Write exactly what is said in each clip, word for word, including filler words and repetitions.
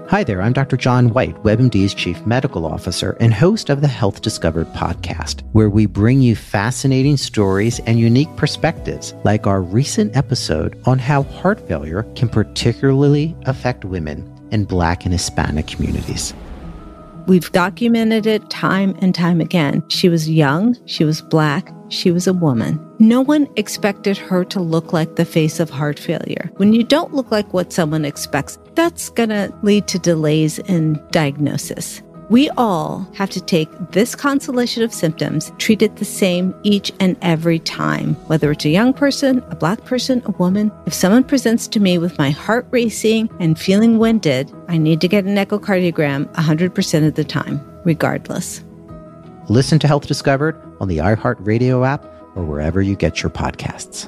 Hi there, I'm Doctor John White, WebMD's Chief Medical Officer and host of the Health Discovered podcast, where we bring you fascinating stories and unique perspectives, like our recent episode on how heart failure can particularly affect women in Black and Hispanic communities. We've documented it time and time again. She was young, she was Black, she was a woman. No one expected her to look like the face of heart failure. When you don't look like what someone expects, that's going to lead to delays in diagnosis. We all have to take this constellation of symptoms, treat it the same each and every time, whether it's a young person, a Black person, a woman. If someone presents to me with my heart racing and feeling winded, I need to get an echocardiogram one hundred percent of the time, regardless. Listen to Health Discovered on the iHeartRadio app or wherever you get your podcasts.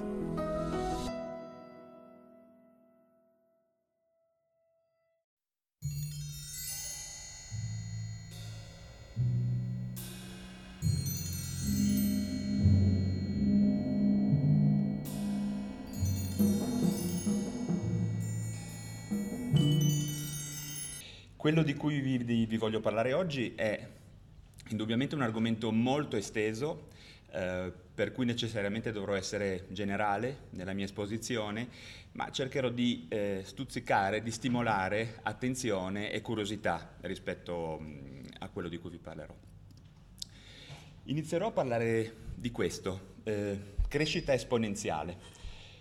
Quello di cui vi, vi, vi voglio parlare oggi è indubbiamente un argomento molto esteso, eh, per cui necessariamente dovrò essere generale nella mia esposizione, ma cercherò di eh, stuzzicare, di stimolare attenzione e curiosità rispetto mh, a quello di cui vi parlerò. Inizierò a parlare di questo, eh, crescita esponenziale.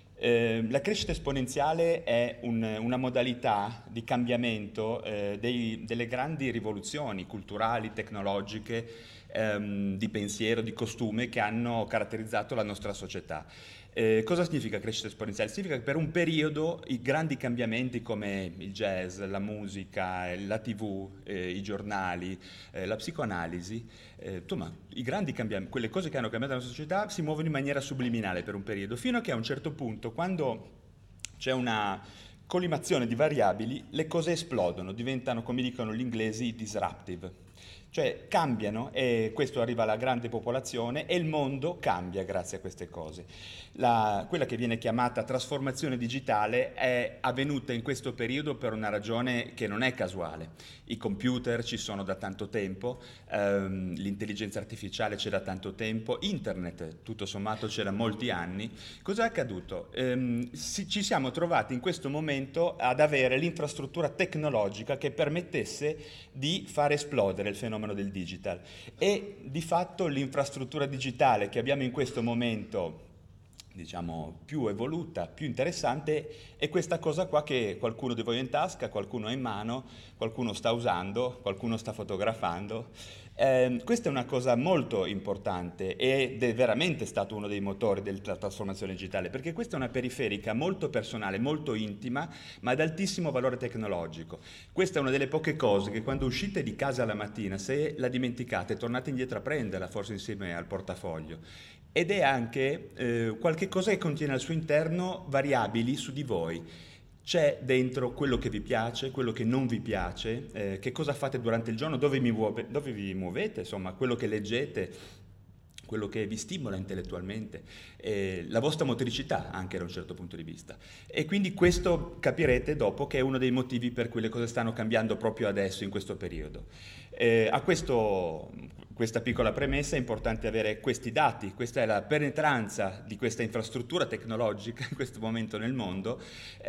Eh, la crescita esponenziale è un, una modalità di cambiamento eh, dei, delle grandi rivoluzioni culturali, tecnologiche, ehm, di pensiero, di costume che hanno caratterizzato la nostra società. Eh, cosa significa crescita esponenziale? Significa che per un periodo i grandi cambiamenti come il jazz, la musica, la tivù, eh, i giornali, eh, la psicoanalisi, eh, insomma, i grandi cambiamenti, quelle cose che hanno cambiato la nostra società si muovono in maniera subliminale per un periodo, fino a che a un certo punto, quando c'è una collimazione di variabili, le cose esplodono, diventano, come dicono gli inglesi, disruptive. Cioè cambiano e questo arriva alla grande popolazione e il mondo cambia grazie a queste cose. La, quella che viene chiamata trasformazione digitale è avvenuta in questo periodo per una ragione che non è casuale. I computer ci sono da tanto tempo, ehm, l'intelligenza artificiale c'è da tanto tempo, internet tutto sommato c'è da molti anni. Cosa è accaduto? Ehm, si, ci siamo trovati in questo momento ad avere l'infrastruttura tecnologica che permettesse di far esplodere il fenomeno del digital e di fatto l'infrastruttura digitale che abbiamo in questo momento, diciamo, più evoluta, più interessante è questa cosa qua che qualcuno di voi ha in tasca, qualcuno ha in mano, qualcuno sta usando, qualcuno sta fotografando. Eh, questa è una cosa molto importante ed è veramente stato uno dei motori della trasformazione digitale, perché questa è una periferica molto personale, molto intima, ma ad altissimo valore tecnologico. Questa è una delle poche cose che quando uscite di casa la mattina, se la dimenticate, tornate indietro a prenderla, forse insieme al portafoglio. Ed è anche eh, qualche cosa che contiene al suo interno variabili su di voi. C'è dentro quello che vi piace, quello che non vi piace, eh, che cosa fate durante il giorno, dove, mi muove, dove vi muovete, insomma, quello che leggete, quello che vi stimola intellettualmente, eh, la vostra motricità anche da un certo punto di vista. E quindi questo capirete dopo che è uno dei motivi per cui le cose stanno cambiando proprio adesso, in questo periodo. Eh, a questo, questa piccola premessa è importante avere questi dati, questa è la penetranza di questa infrastruttura tecnologica in questo momento nel mondo,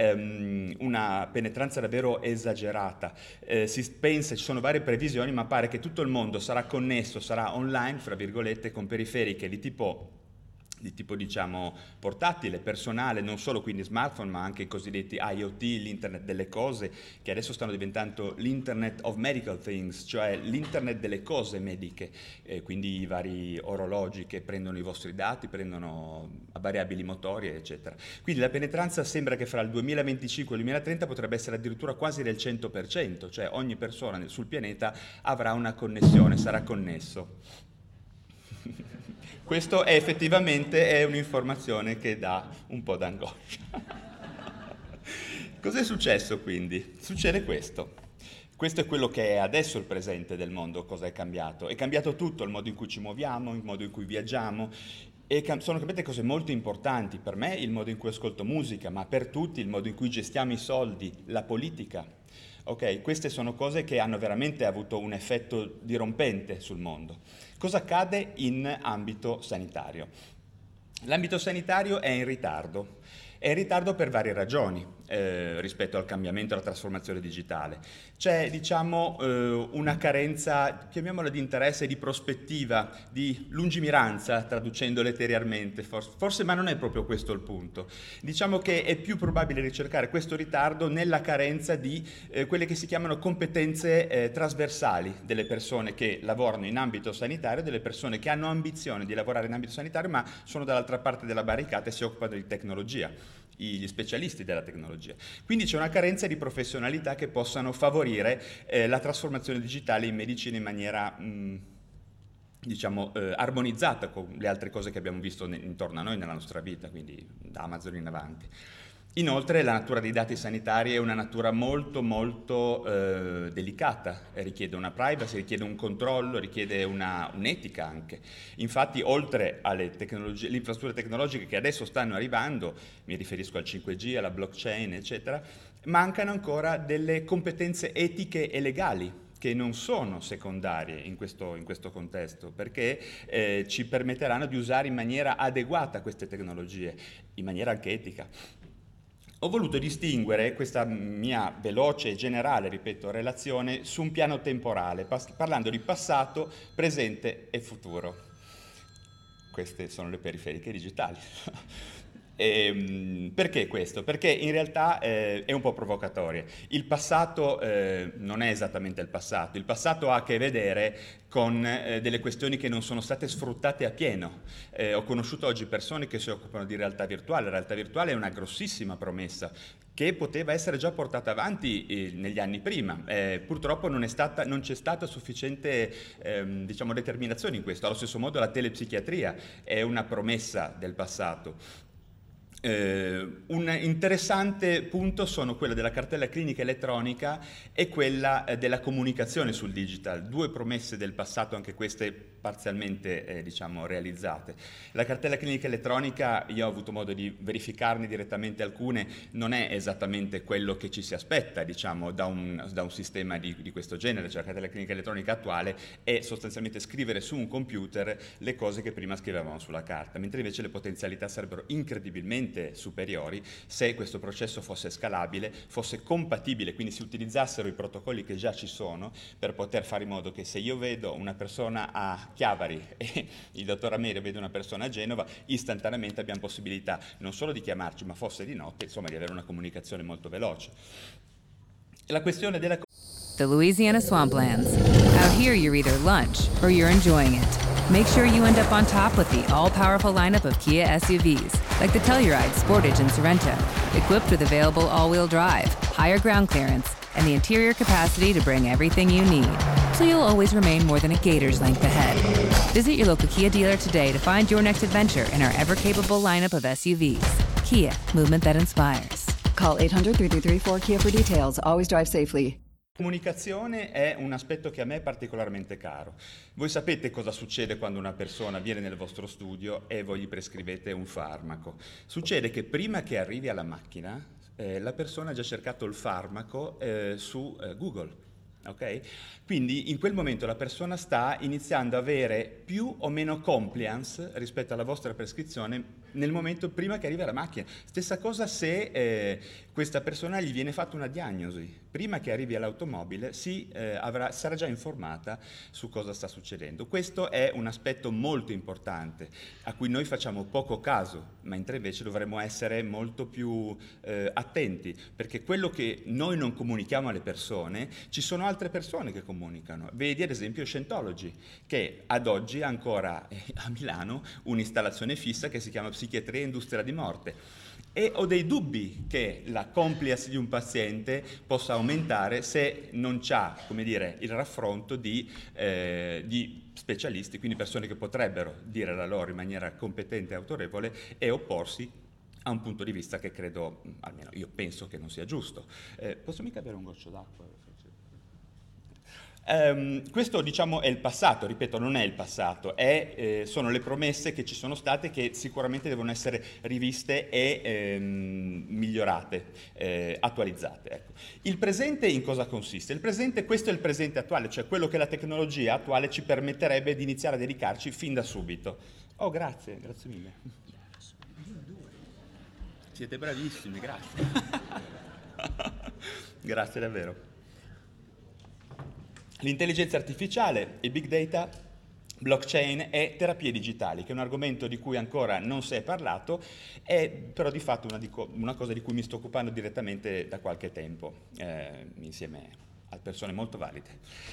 ehm, una penetranza davvero esagerata. Eh, si pensa, ci sono varie previsioni, ma pare che tutto il mondo sarà connesso, sarà online, fra virgolette, con periferiche di tipo di tipo diciamo portatile, personale, non solo quindi smartphone, ma anche i cosiddetti I O T, l'internet delle cose, che adesso stanno diventando l'internet of medical things, cioè l'internet delle cose mediche, eh, quindi i vari orologi che prendono i vostri dati, prendono variabili motorie, eccetera. Quindi la penetranza sembra che fra il duemilaventicinque e il duemilatrenta potrebbe essere addirittura quasi del cento per cento, cioè ogni persona sul pianeta avrà una connessione, sarà connesso. Questo è effettivamente è un'informazione che dà un po' d'angoscia. Cos'è successo quindi? Succede questo. Questo è quello che è adesso il presente del mondo, cosa è cambiato. È cambiato tutto, il modo in cui ci muoviamo, il modo in cui viaggiamo, e cam- sono cambiate cose molto importanti. Per me il modo in cui ascolto musica, ma per tutti il modo in cui gestiamo i soldi, la politica. Ok, queste sono cose che hanno veramente avuto un effetto dirompente sul mondo. Cosa accade in ambito sanitario? L'ambito sanitario è in ritardo. È in ritardo per varie ragioni eh, rispetto al cambiamento e alla trasformazione digitale. C'è, diciamo, eh, una carenza, chiamiamola di interesse, di prospettiva, di lungimiranza, traducendo letteralmente, forse, forse, ma non è proprio questo il punto. Diciamo che è più probabile ricercare questo ritardo nella carenza di eh, quelle che si chiamano competenze eh, trasversali delle persone che lavorano in ambito sanitario, delle persone che hanno ambizione di lavorare in ambito sanitario, ma sono dall'altra parte della barricata e si occupano di tecnologia, gli specialisti della tecnologia. Quindi c'è una carenza di professionalità che possano favorire eh, la trasformazione digitale in medicina in maniera mh, diciamo eh, armonizzata con le altre cose che abbiamo visto ne- intorno a noi nella nostra vita, quindi da Amazon in avanti. Inoltre la natura dei dati sanitari è una natura molto molto eh, delicata, richiede una privacy, richiede un controllo, richiede una, un'etica anche. Infatti oltre alle tecnologie, le infrastrutture tecnologiche che adesso stanno arrivando, mi riferisco al cinque G, alla blockchain eccetera, mancano ancora delle competenze etiche e legali che non sono secondarie in questo, in questo contesto, perché eh, ci permetteranno di usare in maniera adeguata queste tecnologie, in maniera anche etica. Ho voluto distinguere questa mia veloce e generale, ripeto, relazione su un piano temporale, parlando di passato, presente e futuro. Queste sono le periferiche digitali. E, perché questo? Perché in realtà eh, è un po' provocatoria. Il passato eh, non è esattamente il passato, il passato ha a che vedere con eh, delle questioni che non sono state sfruttate a pieno. Eh, ho conosciuto oggi persone che si occupano di realtà virtuale, la realtà virtuale è una grossissima promessa che poteva essere già portata avanti eh, negli anni prima. Eh, purtroppo non, è stata, non c'è stata sufficiente ehm, diciamo, determinazione in questo. Allo stesso modo la telepsichiatria è una promessa del passato. Uh, un interessante punto sono quella della cartella clinica elettronica e quella eh, della comunicazione sul digital, due promesse del passato, anche queste parzialmente eh, diciamo realizzate. La cartella clinica elettronica, io ho avuto modo di verificarne direttamente alcune, non è esattamente quello che ci si aspetta diciamo da un, da un sistema di, di questo genere, cioè la cartella clinica elettronica attuale è sostanzialmente scrivere su un computer le cose che prima scrivevamo sulla carta, mentre invece le potenzialità sarebbero incredibilmente superiori se questo processo fosse scalabile, fosse compatibile, quindi si utilizzassero i protocolli che già ci sono per poter fare in modo che se io vedo una persona a Chiavari e il dottor Amerio vede una persona a Genova, istantaneamente abbiamo possibilità non solo di chiamarci, ma fosse di notte, insomma di avere una comunicazione molto veloce. La questione della The Louisiana Swamplands. Out here you're either lunch or you're enjoying it. Make sure you end up on top with the all-powerful lineup of Kia S U Vs, like the Telluride, Sportage, and Sorento, equipped with available all-wheel drive, higher ground clearance, and the interior capacity to bring everything you need, so you'll always remain more than a gator's length ahead. Visit your local Kia dealer today to find your next adventure in our ever-capable lineup of S U Vs. Kia, movement that inspires. Call eight hundred, three three three, four Kia for details. Always drive safely. La comunicazione è un aspetto che a me è particolarmente caro. Voi sapete cosa succede quando una persona viene nel vostro studio e voi gli prescrivete un farmaco. Succede che prima che arrivi alla macchina, eh, la persona ha già cercato il farmaco eh, su eh, Google. Okay? Quindi in quel momento la persona sta iniziando a avere più o meno compliance rispetto alla vostra prescrizione nel momento prima che arriva la macchina. Stessa cosa se eh, questa persona gli viene fatta una diagnosi. Prima che arrivi all'automobile si, eh, avrà, sarà già informata su cosa sta succedendo. Questo è un aspetto molto importante a cui noi facciamo poco caso, mentre invece dovremmo essere molto più eh, attenti, perché quello che noi non comunichiamo alle persone, ci sono altre persone che comunicano. Vedi ad esempio Scientology, che ad oggi ha ancora eh, a Milano un'installazione fissa che si chiama Psichiatria e Industria di Morte. E ho dei dubbi che la compliance di un paziente possa aumentare se non c'ha, come dire, il raffronto di, eh, di specialisti, quindi persone che potrebbero dire la loro in maniera competente e autorevole e opporsi a un punto di vista che credo, almeno io penso che non sia giusto. Eh, posso mica avere un goccio d'acqua? Um, questo diciamo è il passato, ripeto, non è il passato, è, eh, sono le promesse che ci sono state, che sicuramente devono essere riviste e ehm, migliorate, eh, attualizzate. Ecco. Il presente in cosa consiste? Il presente, questo è il presente attuale, cioè quello che la tecnologia attuale ci permetterebbe di iniziare a dedicarci fin da subito. Oh, grazie, grazie mille. Siete bravissimi, grazie. Grazie davvero. L'intelligenza artificiale, il big data, blockchain e terapie digitali, che è un argomento di cui ancora non si è parlato, è però di fatto una, di co- una cosa di cui mi sto occupando direttamente da qualche tempo, eh, insieme a persone molto valide.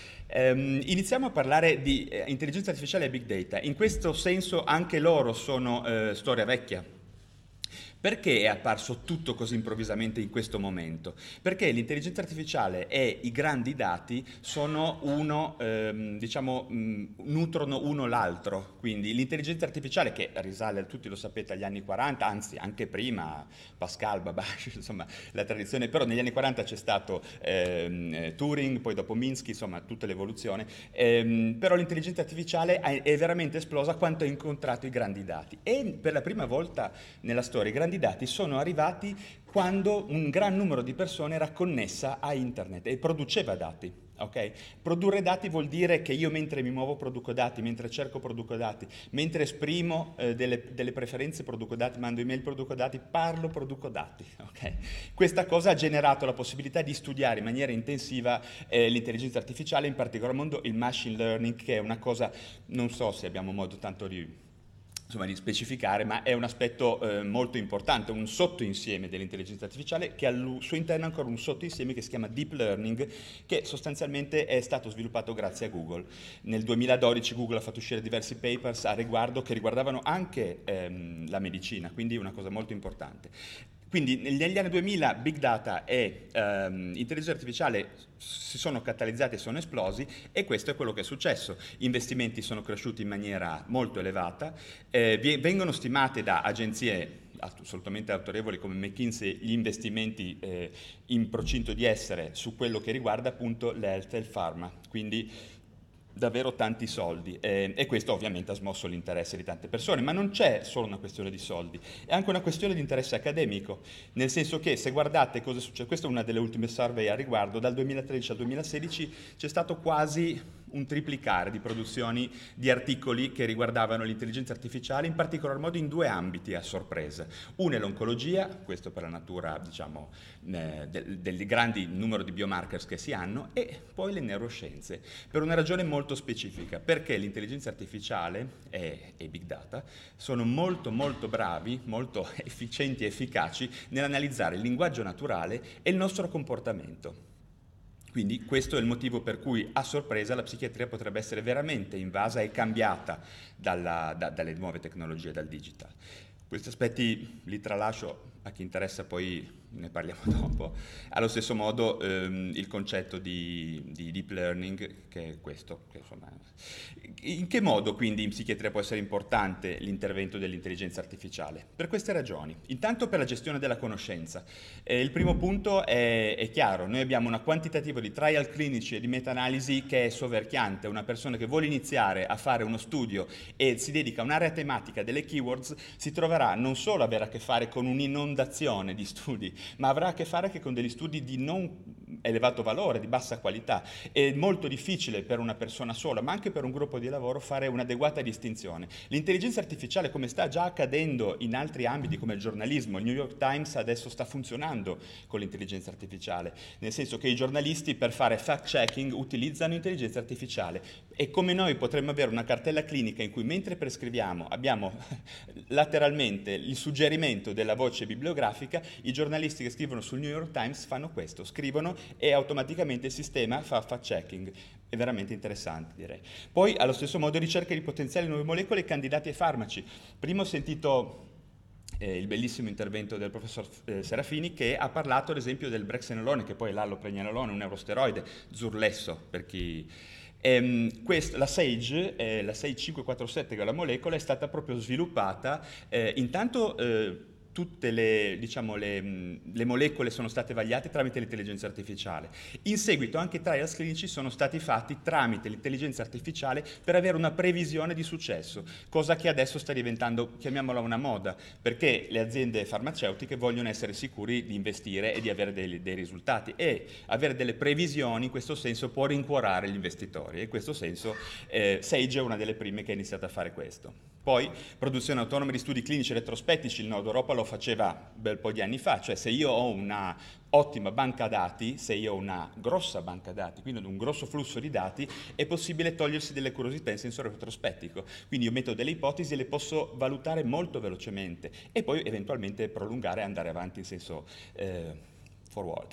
Um, iniziamo a parlare di eh, intelligenza artificiale e big data. In questo senso anche loro sono eh, storia vecchia. Perché è apparso tutto così improvvisamente in questo momento? Perché l'intelligenza artificiale e i grandi dati sono uno, ehm, diciamo, mh, nutrono uno l'altro. Quindi l'intelligenza artificiale, che risale, tutti lo sapete, agli anni quaranta, anzi anche prima, Pascal, Babbage, insomma, la tradizione, però negli anni quaranta c'è stato ehm, Turing, poi dopo Minsky, insomma, tutta l'evoluzione. Ehm, però l'intelligenza artificiale è, è veramente esplosa quando ha incontrato i grandi dati. E per la prima volta nella storia i grandi dati sono arrivati quando un gran numero di persone era connessa a internet e produceva dati. Okay? Produrre dati vuol dire che io mentre mi muovo produco dati, mentre cerco produco dati, mentre esprimo eh, delle, delle preferenze produco dati, mando email produco dati, parlo produco dati. Okay? Questa cosa ha generato la possibilità di studiare in maniera intensiva eh, l'intelligenza artificiale, in particolar modo il machine learning, che è una cosa, non so se abbiamo modo tanto di... insomma, di specificare, ma è un aspetto eh, molto importante, un sottoinsieme dell'intelligenza artificiale che al suo interno ha ancora un sottoinsieme che si chiama deep learning, che sostanzialmente è stato sviluppato grazie a Google. Nel duemiladodici Google ha fatto uscire diversi papers a riguardo che riguardavano anche ehm, la medicina, quindi una cosa molto importante. Quindi negli anni duemila big data e um, intelligenza artificiale si sono catalizzati e sono esplosi, e questo è quello che è successo. Investimenti sono cresciuti in maniera molto elevata, eh, vengono stimate da agenzie assolutamente autorevoli come McKinsey gli investimenti eh, in procinto di essere su quello che riguarda appunto l'health e il pharma, quindi davvero tanti soldi, eh, e questo ovviamente ha smosso l'interesse di tante persone, ma non c'è solo una questione di soldi, è anche una questione di interesse accademico, nel senso che se guardate cosa succede, questa è una delle ultime survey a riguardo, dal duemilatredici al duemilasedici c'è stato quasi un triplicare di produzioni di articoli che riguardavano l'intelligenza artificiale, in particolar modo in due ambiti a sorpresa. Uno è l'oncologia, questo per la natura, diciamo, eh, del, del grandi numero di biomarkers che si hanno, e poi le neuroscienze, per una ragione molto specifica, perché l'intelligenza artificiale e, e big data sono molto molto bravi, molto efficienti e efficaci nell'analizzare il linguaggio naturale e il nostro comportamento. Quindi questo è il motivo per cui a sorpresa la psichiatria potrebbe essere veramente invasa e cambiata dalla, da, dalle nuove tecnologie, dal digital. Questi aspetti li tralascio a chi interessa, poi ne parliamo dopo. Allo stesso modo ehm, il concetto di, di deep learning, che è questo. Che insomma, in che modo quindi in psichiatria può essere importante l'intervento dell'intelligenza artificiale? Per queste ragioni. Intanto per la gestione della conoscenza. Eh, il primo punto è, è chiaro, noi abbiamo un quantitativo di trial clinici e di meta-analisi che è soverchiante. Una persona che vuole iniziare a fare uno studio e si dedica a un'area tematica delle keywords si troverà non solo avere a che fare con un'inondazione di studi, ma avrà a che fare anche con degli studi di non elevato valore, di bassa qualità. È molto difficile per una persona sola, ma anche per un gruppo di lavoro, fare un'adeguata distinzione. L'intelligenza artificiale, come sta già accadendo in altri ambiti come il giornalismo, il New York Times adesso sta funzionando con l'intelligenza artificiale, nel senso che i giornalisti per fare fact-checking utilizzano intelligenza artificiale, e come noi potremmo avere una cartella clinica in cui mentre prescriviamo abbiamo lateralmente il suggerimento della voce bibliografica, i giornalisti che scrivono sul New York Times fanno questo, scrivono e automaticamente il sistema fa fact-checking. È veramente interessante, direi. Poi, allo stesso modo, ricerca di potenziali nuove molecole, candidati ai farmaci. Prima ho sentito eh, il bellissimo intervento del professor eh, Serafini, che ha parlato, ad esempio, del brexanolone, che poi è l'allopregnanolone, un neurosteroide, Zurlesso, per chi... Ehm, questa, la SAGE, eh, la sei cinque quattro sette, che è la molecola, è stata proprio sviluppata eh, intanto... Eh, tutte le, diciamo, le, le molecole sono state vagliate tramite l'intelligenza artificiale. In seguito anche trials clinici sono stati fatti tramite l'intelligenza artificiale per avere una previsione di successo, cosa che adesso sta diventando, chiamiamola una moda, perché le aziende farmaceutiche vogliono essere sicuri di investire e di avere dei, dei risultati, e avere delle previsioni in questo senso può rincuorare gli investitori, e in questo senso eh, Sage è una delle prime che ha iniziato a fare questo. Poi produzione autonoma di studi clinici retrospettici, il Nord Europa lo faceva un bel po' di anni fa, cioè se io ho una ottima banca dati, se io ho una grossa banca dati, quindi un grosso flusso di dati, è possibile togliersi delle curiosità in senso retrospettico. Quindi io metto delle ipotesi e le posso valutare molto velocemente e poi eventualmente prolungare e andare avanti in senso eh, forward.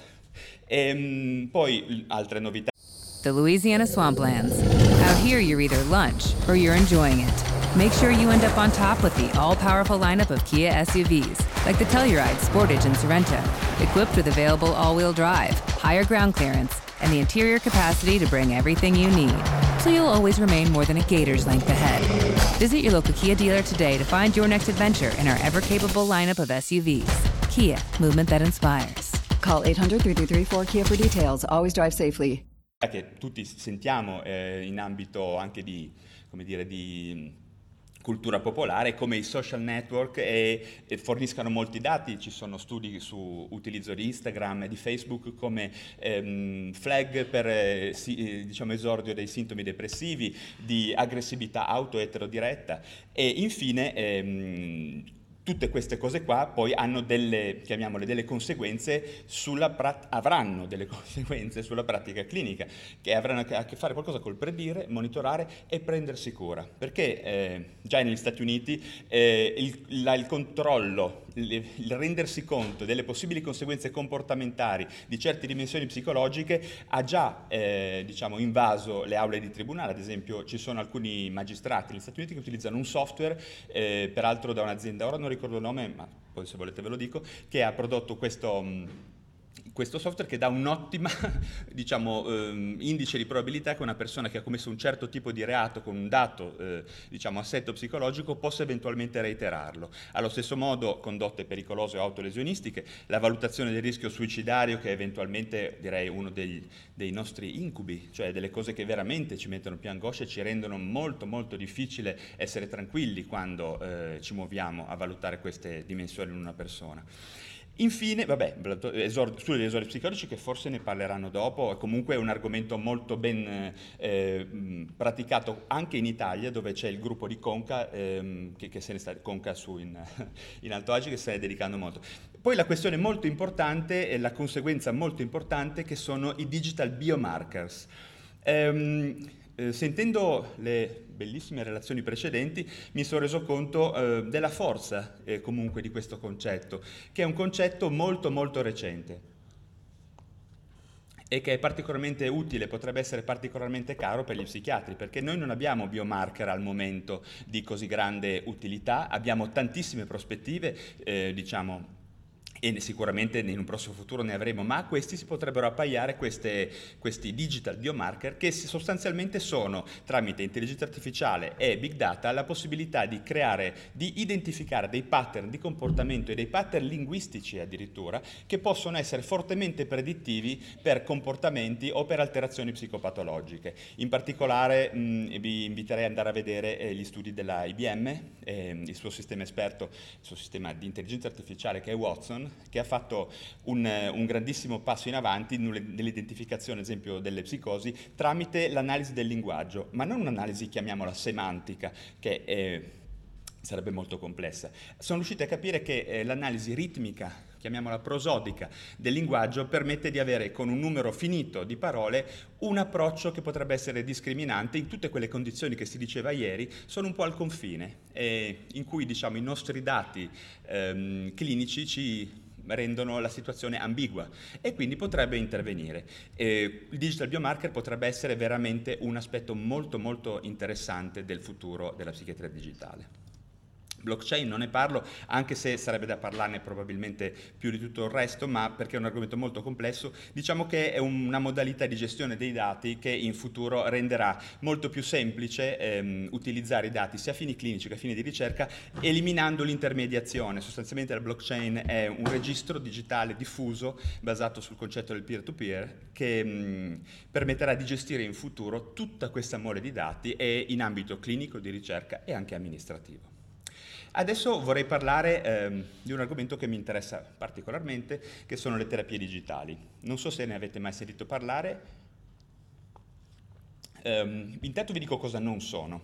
E, poi altre novità. The Louisiana Swamplands. Out here you're either lunch or you're enjoying it. Make sure you end up on top with the all-powerful lineup of Kia S U Vs, like the Telluride, Sportage, and Sorento, equipped with available all-wheel drive, higher ground clearance, and the interior capacity to bring everything you need, so you'll always remain more than a gator's length ahead. Visit your local Kia dealer today to find your next adventure in our ever-capable lineup of S U Vs. Kia, movement that inspires. Call eight hundred, three three three, four Kia for details. Always drive safely. Che tutti sentiamo eh, in ambito anche di, come dire, di cultura popolare, come i social network e, e forniscano molti dati. Ci sono studi su utilizzo di Instagram e di Facebook come ehm, flag per eh, si, diciamo esordio dei sintomi depressivi, di aggressività auto-eterodiretta, e infine ehm, tutte queste cose qua poi hanno delle, chiamiamole, delle conseguenze sulla prat- avranno delle conseguenze sulla pratica clinica, che avranno a che fare qualcosa col predire, monitorare e prendersi cura. Perché eh, già negli Stati Uniti eh, il, la, il controllo, il, il rendersi conto delle possibili conseguenze comportamentali di certe dimensioni psicologiche ha già eh, diciamo, invaso le aule di tribunale. Ad esempio ci sono alcuni magistrati negli Stati Uniti che utilizzano un software, eh, peraltro da un'azienda, ora non ricordo il nome, ma poi se volete ve lo dico, che ha prodotto questo, questo software che dà un'ottima diciamo, ehm, indice di probabilità che una persona che ha commesso un certo tipo di reato con un dato eh, diciamo, assetto psicologico possa eventualmente reiterarlo. Allo stesso modo condotte pericolose o autolesionistiche, la valutazione del rischio suicidario, che è eventualmente direi uno dei, dei nostri incubi, cioè delle cose che veramente ci mettono più angoscia e ci rendono molto molto difficile essere tranquilli quando eh, ci muoviamo a valutare queste dimensioni in una persona. Infine, vabbè, esor- studi degli esordi psicologici, che forse ne parleranno dopo, è comunque un argomento molto ben eh, praticato anche in Italia, dove c'è il gruppo di Conca, ehm, che, che se ne sta, Conca su in, in Alto Adige, che se ne sta dedicando molto. Poi la questione molto importante e la conseguenza molto importante, che sono i digital biomarkers. Ehm, eh, sentendo le bellissime relazioni precedenti, mi sono reso conto eh, della forza eh, comunque di questo concetto, che è un concetto molto molto recente e che è particolarmente utile, potrebbe essere particolarmente caro per gli psichiatri, perché noi non abbiamo biomarker al momento di così grande utilità, abbiamo tantissime prospettive, eh, diciamo, e sicuramente in un prossimo futuro ne avremo, ma a questi si potrebbero appaiare queste, questi digital biomarker, che sostanzialmente sono, tramite intelligenza artificiale e big data, la possibilità di creare, di identificare dei pattern di comportamento e dei pattern linguistici addirittura, che possono essere fortemente predittivi per comportamenti o per alterazioni psicopatologiche. In particolare mh, vi inviterei ad andare a vedere eh, gli studi della I B M, eh, il suo sistema esperto, il suo sistema di intelligenza artificiale, che è Watson, che ha fatto un, un grandissimo passo in avanti nell'identificazione, ad esempio, delle psicosi tramite l'analisi del linguaggio, ma non un'analisi, chiamiamola, semantica, che è, sarebbe molto complessa. Sono riusciti a capire che eh, l'analisi ritmica, chiamiamola prosodica, del linguaggio permette di avere, con un numero finito di parole, un approccio che potrebbe essere discriminante in tutte quelle condizioni che si diceva ieri, sono un po' al confine, e in cui, diciamo, i nostri dati ehm, clinici ci rendono la situazione ambigua e quindi potrebbe intervenire. Eh, il digital biomarker potrebbe essere veramente un aspetto molto molto interessante del futuro della psichiatria digitale. blockchain non ne parlo, anche se sarebbe da parlarne probabilmente più di tutto il resto, ma perché è un argomento molto complesso. Diciamo che è una modalità di gestione dei dati che in futuro renderà molto più semplice ehm, utilizzare i dati sia a fini clinici che a fini di ricerca, eliminando l'intermediazione. Sostanzialmente la blockchain è un registro digitale diffuso basato sul concetto del peer-to-peer che mh, permetterà di gestire in futuro tutta questa mole di dati e in ambito clinico, di ricerca e anche amministrativo. Adesso vorrei parlare ehm, di un argomento che mi interessa particolarmente, che sono le terapie digitali. Non so se ne avete mai sentito parlare. Um, intanto vi dico cosa non sono.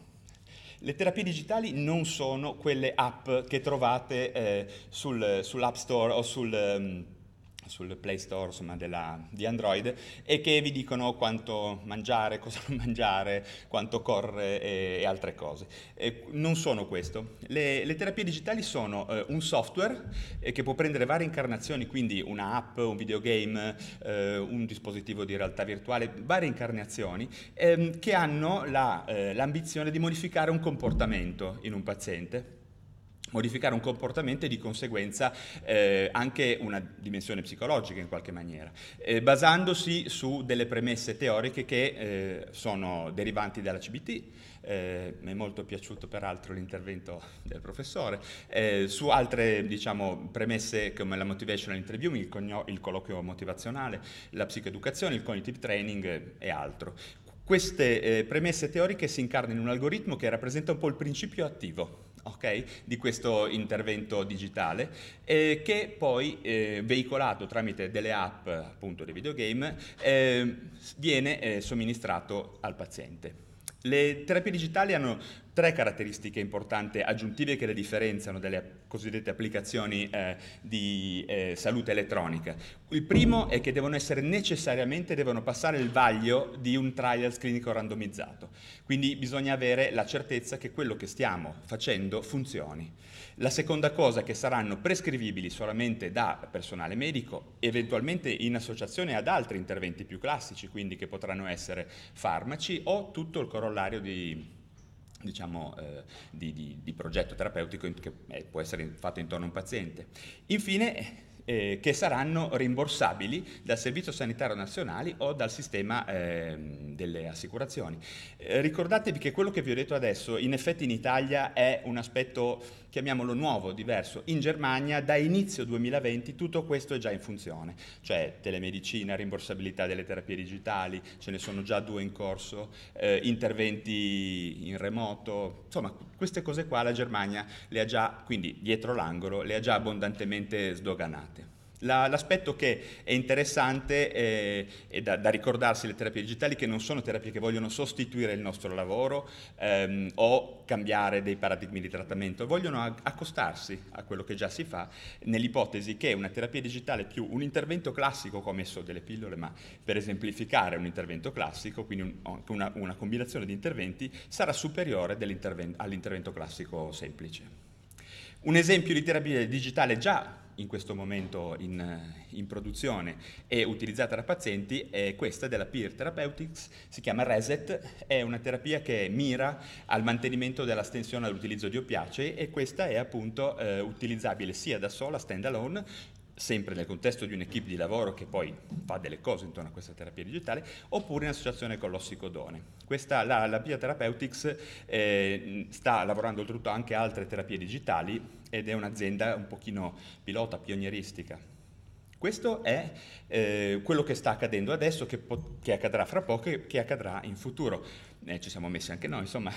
Le terapie digitali non sono quelle app che trovate eh, sul, sull'App Store o sul... Um, sul Play Store, insomma, della, di Android, e che vi dicono quanto mangiare, cosa non mangiare, quanto correre e, e altre cose. E non sono questo. Le, le terapie digitali sono eh, un software eh, che può prendere varie incarnazioni, quindi una app, un videogame, eh, un dispositivo di realtà virtuale, varie incarnazioni ehm, che hanno la, eh, l'ambizione di modificare un comportamento in un paziente, modificare un comportamento e di conseguenza eh, anche una dimensione psicologica in qualche maniera, eh, basandosi su delle premesse teoriche che eh, sono derivanti dalla C B T. Eh, mi è molto piaciuto peraltro l'intervento del professore, eh, su altre diciamo premesse come la motivational interviewing, il, cogno- il colloquio motivazionale, la psicoeducazione, il cognitive training e altro. Queste eh, premesse teoriche si incarnano in un algoritmo che rappresenta un po' il principio attivo, okay, di questo intervento digitale, eh, che poi eh, veicolato tramite delle app, appunto dei videogame, eh, viene eh, somministrato al paziente. Le terapie digitali hanno tre caratteristiche importanti aggiuntive che le differenziano dalle cosiddette applicazioni eh, di eh, salute elettronica. Il primo è che devono essere necessariamente, devono passare il vaglio di un trial clinico randomizzato, quindi bisogna avere la certezza che quello che stiamo facendo funzioni. La seconda cosa è che saranno prescrivibili solamente da personale medico, eventualmente in associazione ad altri interventi più classici, quindi che potranno essere farmaci o tutto il corollario di diciamo eh, di, di, di progetto terapeutico che eh, può essere fatto intorno a un paziente. Infine eh, che saranno rimborsabili dal Servizio Sanitario Nazionale o dal sistema eh, delle assicurazioni. Eh, ricordatevi che quello che vi ho detto adesso in effetti in Italia è un aspetto, chiamiamolo nuovo, diverso. In Germania da inizio duemilaventi tutto questo è già in funzione, cioè telemedicina, rimborsabilità delle terapie digitali, ce ne sono già due in corso, eh, interventi in remoto, insomma queste cose qua la Germania le ha già, quindi dietro l'angolo, le ha già abbondantemente sdoganate. La, l'aspetto che è interessante è, è da, da ricordarsi le terapie digitali che non sono terapie che vogliono sostituire il nostro lavoro ehm, o cambiare dei paradigmi di trattamento, vogliono accostarsi a quello che già si fa nell'ipotesi che una terapia digitale più un intervento classico, come messo delle pillole, ma per esemplificare un intervento classico, quindi un, una, una combinazione di interventi, sarà superiore all'intervento classico semplice. Un esempio di terapia digitale già in questo momento in, in produzione e utilizzata da pazienti è questa della Peer Therapeutics, si chiama Reset, è una terapia che mira al mantenimento dell'astensione all'utilizzo di oppiacei e questa è appunto eh, utilizzabile sia da sola, stand alone, sempre nel contesto di un'equipe di lavoro che poi fa delle cose intorno a questa terapia digitale, oppure in associazione con l'ossicodone. Questa, la, la Peer Therapeutics eh, sta lavorando oltretutto anche a altre terapie digitali ed è un'azienda un pochino pilota, pionieristica. Questo è eh, quello che sta accadendo adesso, che, po- che accadrà fra poco e che accadrà in futuro. Eh, ci siamo messi anche noi, insomma.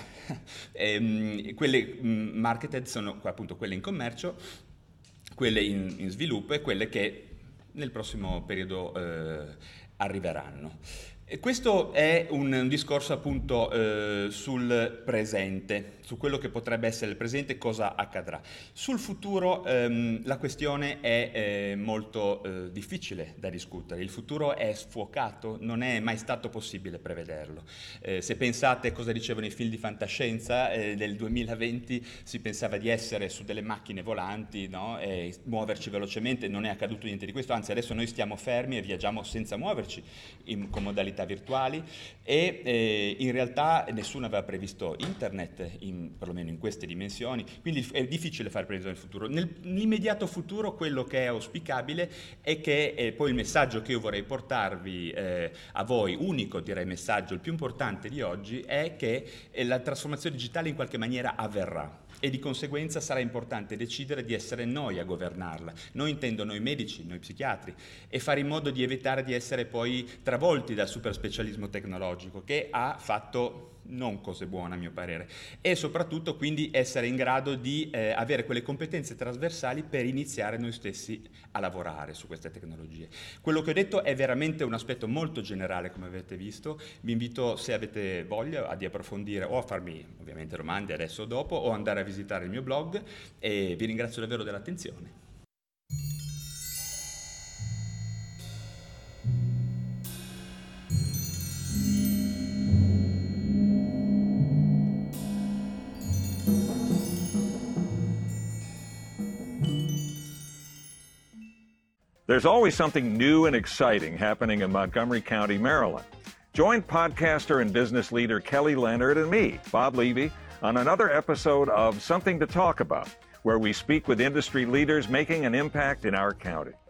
ehm, quelle mh, marketed sono appunto quelle in commercio, quelle in, in sviluppo e quelle che nel prossimo periodo eh, arriveranno. E questo è un, un discorso appunto eh, sul presente, su quello che potrebbe essere il presente, cosa accadrà. Sul futuro ehm, la questione è eh, molto eh, difficile da discutere, il futuro è sfuocato, non è mai stato possibile prevederlo. Eh, se pensate cosa dicevano i film di fantascienza, eh, nel duemilaventi si pensava di essere su delle macchine volanti, no? E muoverci velocemente, non è accaduto niente di questo, anzi adesso noi stiamo fermi e viaggiamo senza muoverci in, con modalità realtà virtuali e eh, in realtà nessuno aveva previsto internet, in, perlomeno in queste dimensioni, quindi è difficile fare previsione del futuro. Nel, nell'immediato futuro quello che è auspicabile è che eh, poi il messaggio che io vorrei portarvi eh, a voi, unico direi messaggio, il più importante di oggi, è che eh, la trasformazione digitale in qualche maniera avverrà. E di conseguenza sarà importante decidere di essere noi a governarla. Noi intendo noi medici, noi psichiatri, e fare in modo di evitare di essere poi travolti dal superspecialismo tecnologico che ha fatto non cose buone a mio parere, e soprattutto quindi essere in grado di eh, avere quelle competenze trasversali per iniziare noi stessi a lavorare su queste tecnologie. Quello che ho detto è veramente un aspetto molto generale, come avete visto. Vi invito, se avete voglia, a di approfondire o a farmi ovviamente domande adesso o dopo, o andare a visitare il mio blog, e vi ringrazio davvero dell'attenzione. There's always something new and exciting happening in Montgomery County, Maryland. Join podcaster and business leader Kelly Leonard and me, Bob Levy, on another episode of Something to Talk About, where we speak with industry leaders making an impact in our county.